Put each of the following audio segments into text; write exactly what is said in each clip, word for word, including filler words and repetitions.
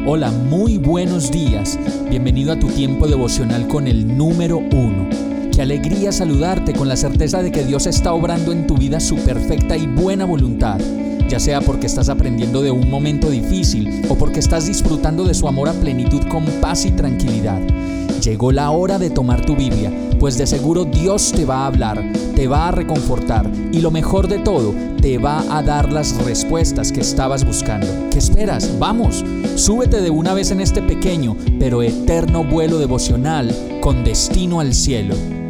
Hola, muy buenos días. Bienvenido a tu tiempo devocional con el número uno. Qué alegría saludarte con la certeza de que Dios está obrando en tu vida su perfecta y buena voluntad, ya sea porque estás aprendiendo de un momento difícil o porque estás disfrutando de su amor a plenitud con paz y tranquilidad. Llegó la hora de tomar tu Biblia, pues de seguro Dios te va a hablar, te va a reconfortar y lo mejor de todo, te va a dar las respuestas que estabas buscando. ¿Qué esperas? ¡Vamos! Súbete de una vez en este pequeño pero eterno vuelo devocional con destino al cielo.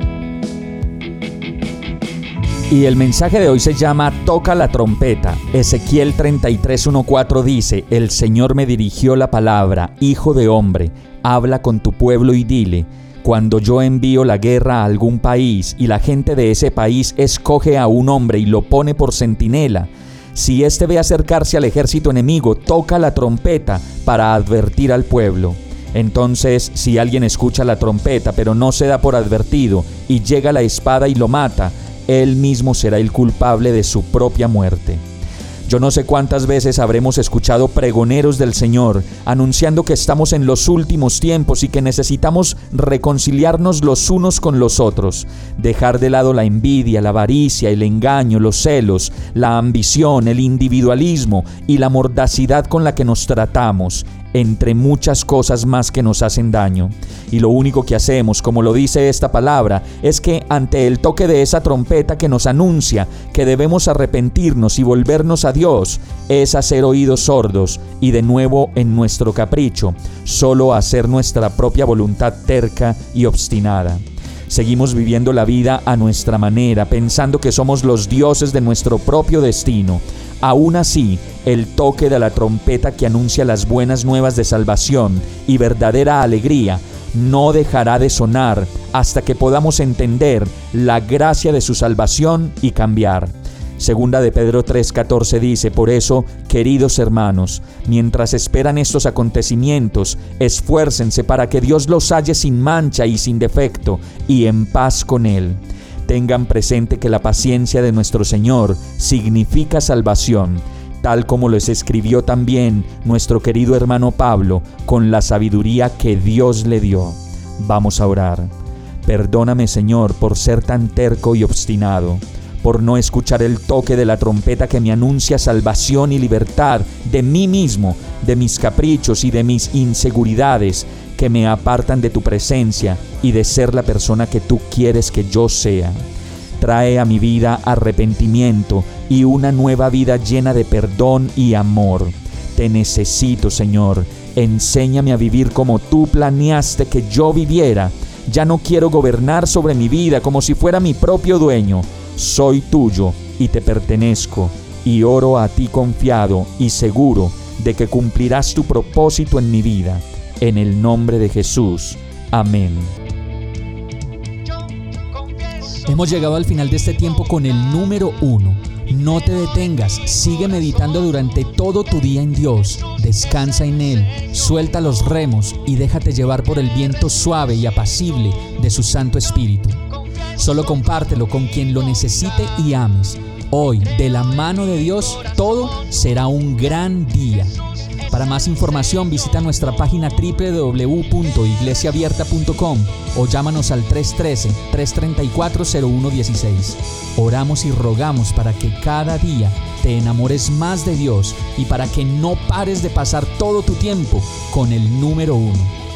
Y el mensaje de hoy se llama Toca la trompeta. Ezequiel treinta y tres, uno, cuatro dice: El Señor me dirigió la palabra, hijo de hombre, habla con tu pueblo y dile: cuando yo envío la guerra a algún país y la gente de ese país escoge a un hombre y lo pone por centinela, si éste ve acercarse al ejército enemigo, toca la trompeta para advertir al pueblo. Entonces, si alguien escucha la trompeta pero no se da por advertido y llega la espada y lo mata, él mismo será el culpable de su propia muerte. Yo no sé cuántas veces habremos escuchado pregoneros del Señor anunciando que estamos en los últimos tiempos y que necesitamos reconciliarnos los unos con los otros, dejar de lado la envidia, la avaricia, el engaño, los celos, la ambición, el individualismo y la mordacidad con la que nos tratamos, entre muchas cosas más que nos hacen daño. Y lo único que hacemos, como lo dice esta palabra, es que ante el toque de esa trompeta que nos anuncia que debemos arrepentirnos y volvernos a Dios, es hacer oídos sordos y de nuevo en nuestro capricho, solo hacer nuestra propia voluntad terca y obstinada. Seguimos viviendo la vida a nuestra manera, pensando que somos los dioses de nuestro propio destino. Aún así, el toque de la trompeta que anuncia las buenas nuevas de salvación y verdadera alegría no dejará de sonar hasta que podamos entender la gracia de su salvación y cambiar. Segunda de Pedro tres catorce dice: por eso, queridos hermanos, mientras esperan estos acontecimientos, esfuércense para que Dios los halle sin mancha y sin defecto y en paz con Él. Tengan presente que la paciencia de nuestro Señor significa salvación, tal como les escribió también nuestro querido hermano Pablo con la sabiduría que Dios le dio. Vamos a orar. Perdóname, Señor, por ser tan terco y obstinado, por no escuchar el toque de la trompeta que me anuncia salvación y libertad de mí mismo, de mis caprichos y de mis inseguridades que me apartan de tu presencia y de ser la persona que tú quieres que yo sea. Trae a mi vida arrepentimiento y una nueva vida llena de perdón y amor. Te necesito, Señor. Enséñame a vivir como tú planeaste que yo viviera. Ya no quiero gobernar sobre mi vida como si fuera mi propio dueño. Soy tuyo y te pertenezco, y oro a ti confiado y seguro de que cumplirás tu propósito en mi vida. En el nombre de Jesús. Amén. Hemos llegado al final de este tiempo con el número uno. No te detengas, sigue meditando durante todo tu día en Dios. Descansa en Él, suelta los remos y déjate llevar por el viento suave y apacible de su Santo Espíritu. Solo compártelo con quien lo necesite y ames. Hoy, de la mano de Dios, todo será un gran día. Para más información visita nuestra página doble u doble u doble u punto iglesia abierta punto com o llámanos al tres uno tres, tres tres cuatro, cero uno uno seis. Oramos y rogamos para que cada día te enamores más de Dios y para que no pares de pasar todo tu tiempo con el número uno.